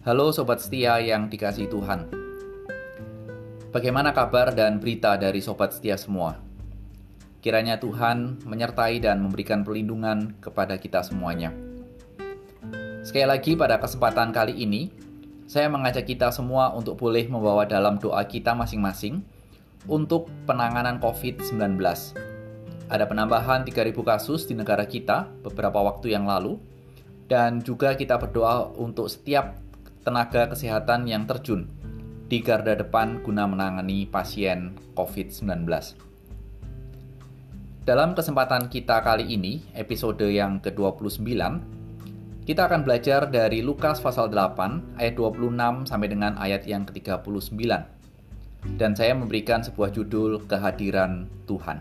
Halo Sobat Setia yang dikasihi Tuhan. Bagaimana kabar dan berita dari Sobat Setia semua? Kiranya Tuhan menyertai dan memberikan perlindungan kepada kita semuanya. Sekali lagi pada kesempatan kali ini, saya mengajak kita semua untuk boleh membawa dalam doa kita masing-masing untuk penanganan COVID-19. Ada penambahan 3.000 kasus di negara kita beberapa waktu yang lalu, dan juga kita berdoa untuk setiap tenaga kesehatan yang terjun di garda depan guna menangani pasien COVID-19. Dalam kesempatan kita kali ini, episode yang ke-29, kita akan belajar dari Lukas pasal 8 ayat 26 sampai dengan ayat yang ke-39. Dan saya memberikan sebuah judul Kehadiran Tuhan.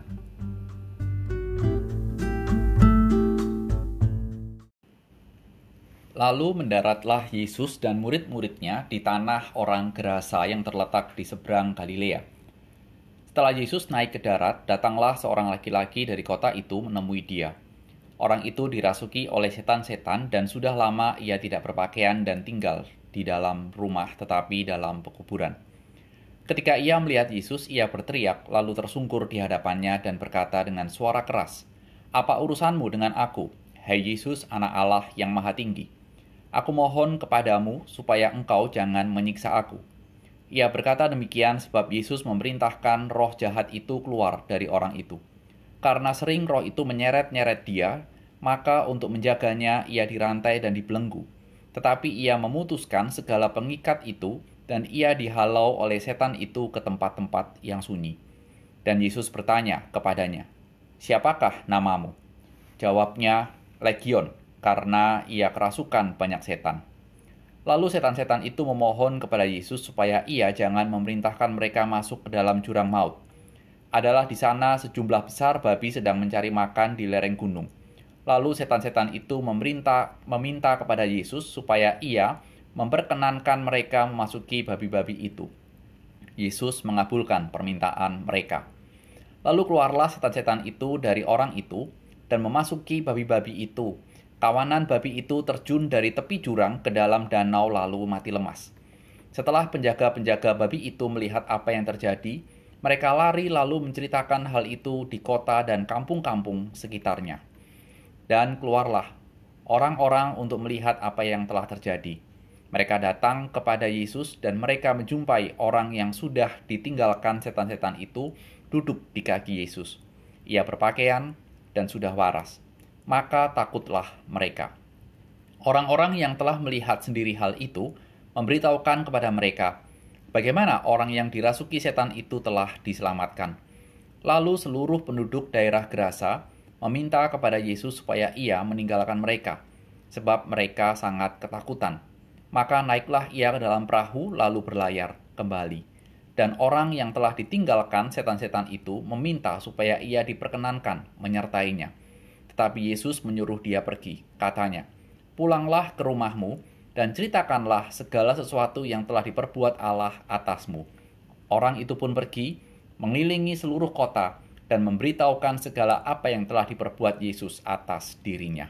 Lalu mendaratlah Yesus dan murid-muridnya di tanah orang Gerasa yang terletak di seberang Galilea. Setelah Yesus naik ke darat, datanglah seorang laki-laki dari kota itu menemui dia. Orang itu dirasuki oleh setan-setan dan sudah lama ia tidak berpakaian dan tinggal di dalam rumah tetapi dalam pekuburan. Ketika ia melihat Yesus, ia berteriak lalu tersungkur di hadapannya dan berkata dengan suara keras, "Apa urusanmu dengan aku, hai Yesus, Anak Allah yang Maha Tinggi? Aku mohon kepadamu supaya engkau jangan menyiksa aku." Ia berkata demikian sebab Yesus memerintahkan roh jahat itu keluar dari orang itu. Karena sering roh itu menyeret-nyeret dia, maka untuk menjaganya ia dirantai dan dibelenggu. Tetapi ia memutuskan segala pengikat itu dan ia dihalau oleh setan itu ke tempat-tempat yang sunyi. Dan Yesus bertanya kepadanya, "Siapakah namamu?" Jawabnya, "Legion," karena ia kerasukan banyak setan. Lalu setan-setan itu memohon kepada Yesus supaya ia jangan memerintahkan mereka masuk ke dalam jurang maut. Adalah di sana sejumlah besar babi sedang mencari makan di lereng gunung. Lalu setan-setan itu meminta kepada Yesus supaya ia memperkenankan mereka memasuki babi-babi itu. Yesus mengabulkan permintaan mereka. Lalu keluarlah setan-setan itu dari orang itu dan memasuki babi-babi itu. Kawanan babi itu terjun dari tepi jurang ke dalam danau lalu mati lemas. Setelah penjaga-penjaga babi itu melihat apa yang terjadi, mereka lari lalu menceritakan hal itu di kota dan kampung-kampung sekitarnya. Dan keluarlah orang-orang untuk melihat apa yang telah terjadi. Mereka datang kepada Yesus dan mereka menjumpai orang yang sudah ditinggalkan setan-setan itu duduk di kaki Yesus. Ia berpakaian dan sudah waras. Maka takutlah mereka. Orang-orang yang telah melihat sendiri hal itu memberitahukan kepada mereka bagaimana orang yang dirasuki setan itu telah diselamatkan. Lalu seluruh penduduk daerah Gerasa meminta kepada Yesus supaya ia meninggalkan mereka, sebab mereka sangat ketakutan. Maka naiklah ia ke dalam perahu lalu berlayar kembali. Dan orang yang telah ditinggalkan setan-setan itu meminta supaya ia diperkenankan menyertainya. Tetapi Yesus menyuruh dia pergi. Katanya, "Pulanglah ke rumahmu dan ceritakanlah segala sesuatu yang telah diperbuat Allah atasmu." Orang itu pun pergi, mengelilingi seluruh kota, dan memberitahukan segala apa yang telah diperbuat Yesus atas dirinya.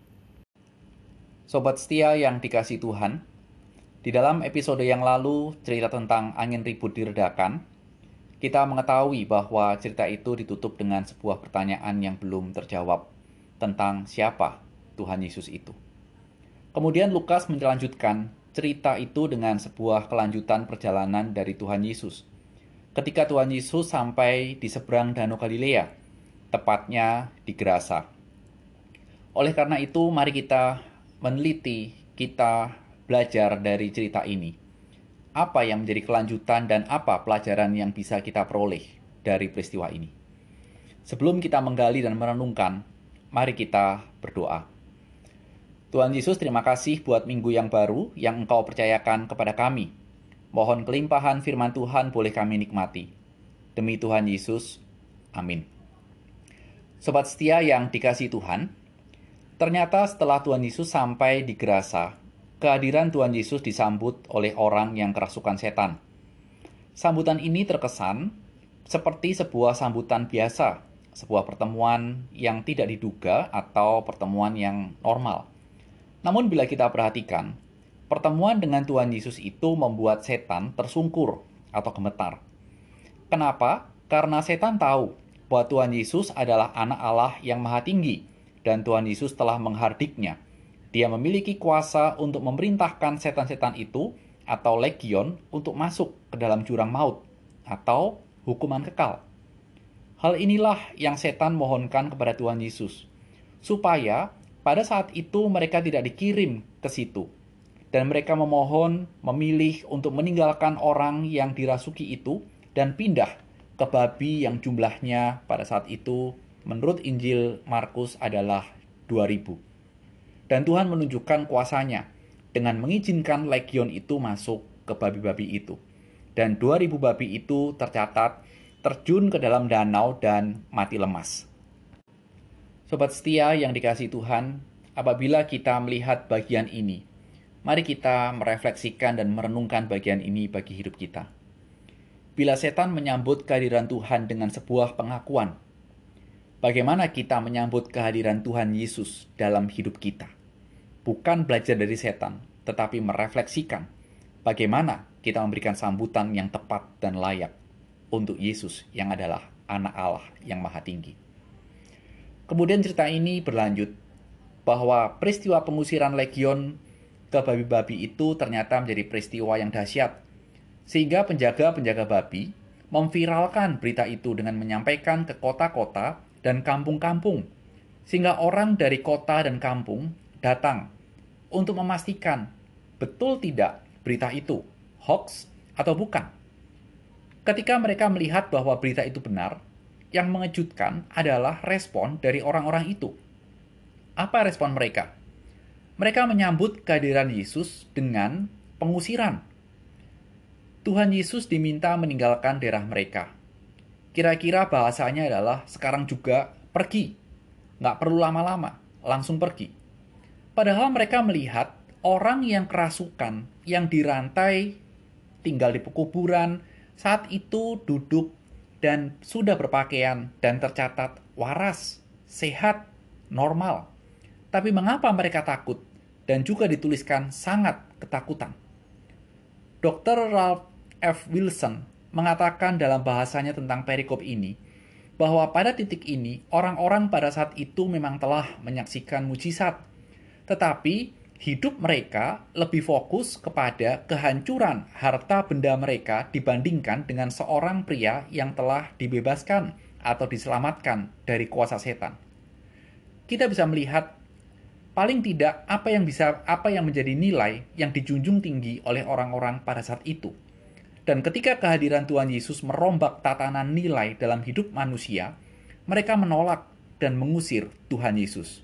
Sobat setia yang dikasihi Tuhan, di dalam episode yang lalu cerita tentang angin ribut diredakan, kita mengetahui bahwa cerita itu ditutup dengan sebuah pertanyaan yang belum terjawab tentang siapa Tuhan Yesus itu. Kemudian Lukas melanjutkan cerita itu dengan sebuah kelanjutan perjalanan dari Tuhan Yesus. Ketika Tuhan Yesus sampai di seberang Danau Galilea, tepatnya di Gerasa. Oleh karena itu, mari kita meneliti, kita belajar dari cerita ini. Apa yang menjadi kelanjutan dan apa pelajaran yang bisa kita peroleh dari peristiwa ini? Sebelum kita menggali dan merenungkan, mari kita berdoa. Tuhan Yesus, terima kasih buat minggu yang baru yang Engkau percayakan kepada kami. Mohon kelimpahan firman Tuhan boleh kami nikmati. Demi Tuhan Yesus, amin. Sobat setia yang dikasihi Tuhan, ternyata setelah Tuhan Yesus sampai di Gerasa, kehadiran Tuhan Yesus disambut oleh orang yang kerasukan setan. Sambutan ini terkesan seperti sebuah sambutan biasa, sebuah pertemuan yang tidak diduga atau pertemuan yang normal. Namun bila kita perhatikan, Pertemuan dengan Tuhan Yesus itu membuat setan tersungkur atau gemetar. Kenapa? Karena setan tahu bahwa Tuhan Yesus adalah anak Allah yang maha tinggi dan Tuhan Yesus telah menghardiknya. Dia memiliki kuasa untuk memerintahkan setan-setan itu atau legion untuk masuk ke dalam jurang maut atau hukuman kekal. Hal inilah yang setan mohonkan kepada Tuhan Yesus, supaya pada saat itu mereka tidak dikirim ke situ. Dan mereka memohon, memilih untuk meninggalkan orang yang dirasuki itu dan pindah ke babi yang jumlahnya pada saat itu menurut Injil Markus adalah 2000. Dan Tuhan menunjukkan kuasanya dengan mengizinkan legion itu masuk ke babi-babi itu. Dan 2000 babi itu tercatat terjun ke dalam danau dan mati lemas. Sobat setia yang dikasihi Tuhan, apabila kita melihat bagian ini, mari kita merefleksikan dan merenungkan bagian ini bagi hidup kita. Bila setan menyambut kehadiran Tuhan dengan sebuah pengakuan, bagaimana kita menyambut kehadiran Tuhan Yesus dalam hidup kita? Bukan belajar dari setan, tetapi merefleksikan bagaimana kita memberikan sambutan yang tepat dan layak untuk Yesus yang adalah anak Allah yang maha tinggi. Kemudian cerita ini berlanjut bahwa peristiwa pengusiran legion ke babi-babi itu ternyata menjadi peristiwa yang dahsyat. Sehingga penjaga-penjaga babi memviralkan berita itu dengan menyampaikan ke kota-kota dan kampung-kampung. Sehingga orang dari kota dan kampung datang untuk memastikan betul tidak berita itu hoax atau bukan. Ketika mereka melihat bahwa berita itu benar, yang mengejutkan adalah respon dari orang-orang itu. Apa respon mereka? Mereka menyambut kehadiran Yesus dengan pengusiran. Tuhan Yesus diminta meninggalkan daerah mereka. Kira-kira bahasanya adalah sekarang juga pergi. Nggak perlu lama-lama, langsung pergi. Padahal mereka melihat orang yang kerasukan, yang dirantai, tinggal di pekuburan, saat itu duduk dan sudah berpakaian dan tercatat waras, sehat, normal. Tapi mengapa mereka takut? Dan juga dituliskan sangat ketakutan. Dr. Ralph F. Wilson mengatakan dalam bahasanya tentang perikop ini, bahwa pada titik ini orang-orang pada saat itu memang telah menyaksikan mujizat. Tetapi hidup mereka lebih fokus kepada kehancuran harta benda mereka dibandingkan dengan seorang pria yang telah dibebaskan atau diselamatkan dari kuasa setan. Kita bisa melihat paling tidak apa yang menjadi nilai yang dijunjung tinggi oleh orang-orang pada saat itu. Dan ketika kehadiran Tuhan Yesus merombak tatanan nilai dalam hidup manusia, mereka menolak dan mengusir Tuhan Yesus.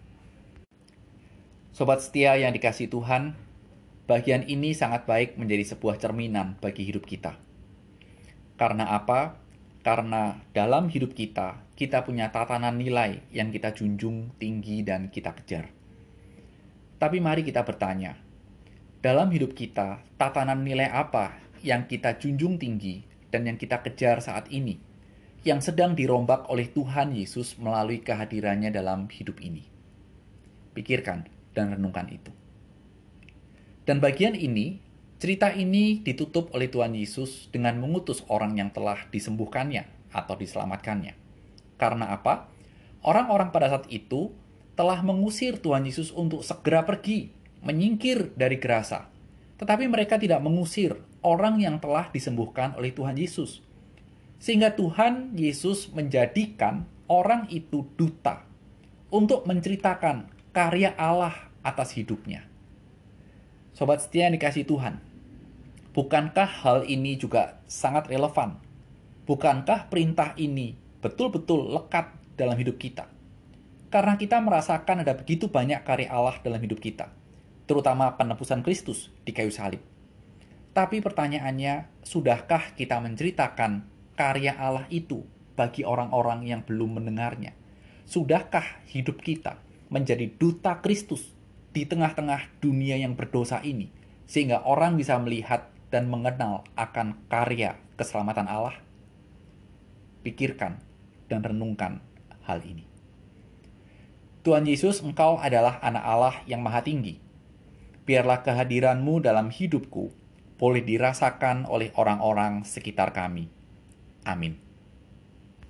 Sobat setia yang dikasihi Tuhan, bagian ini sangat baik menjadi sebuah cerminan bagi hidup kita. Karena apa? Karena dalam hidup kita, kita punya tatanan nilai yang kita junjung tinggi dan kita kejar. Tapi mari kita bertanya, dalam hidup kita, tatanan nilai apa yang kita junjung tinggi dan yang kita kejar saat ini, yang sedang dirombak oleh Tuhan Yesus melalui kehadirannya dalam hidup ini? Pikirkan dan renungkan itu. Dan bagian ini, cerita ini ditutup oleh Tuhan Yesus dengan mengutus orang yang telah disembuhkannya atau diselamatkannya. Karena apa? Orang-orang pada saat itu telah mengusir Tuhan Yesus untuk segera pergi, menyingkir dari Gerasa. Tetapi mereka tidak mengusir orang yang telah disembuhkan oleh Tuhan Yesus. Sehingga Tuhan Yesus menjadikan orang itu duta untuk menceritakan karya Allah atas hidupnya. Sobat setia yang dikasihi Tuhan, bukankah hal ini juga sangat relevan? Bukankah perintah ini betul-betul lekat dalam hidup kita? Karena kita merasakan ada begitu banyak karya Allah dalam hidup kita, terutama penebusan Kristus di kayu salib. Tapi pertanyaannya, sudahkah kita menceritakan karya Allah itu bagi orang-orang yang belum mendengarnya? Sudahkah hidup kita menjadi duta Kristus di tengah-tengah dunia yang berdosa ini, sehingga orang bisa melihat dan mengenal akan karya keselamatan Allah? Pikirkan dan renungkan hal ini. Tuhan Yesus, Engkau adalah anak Allah yang maha tinggi. biarlah kehadiran-Mu dalam hidupku boleh dirasakan oleh orang-orang sekitar kami. Amin.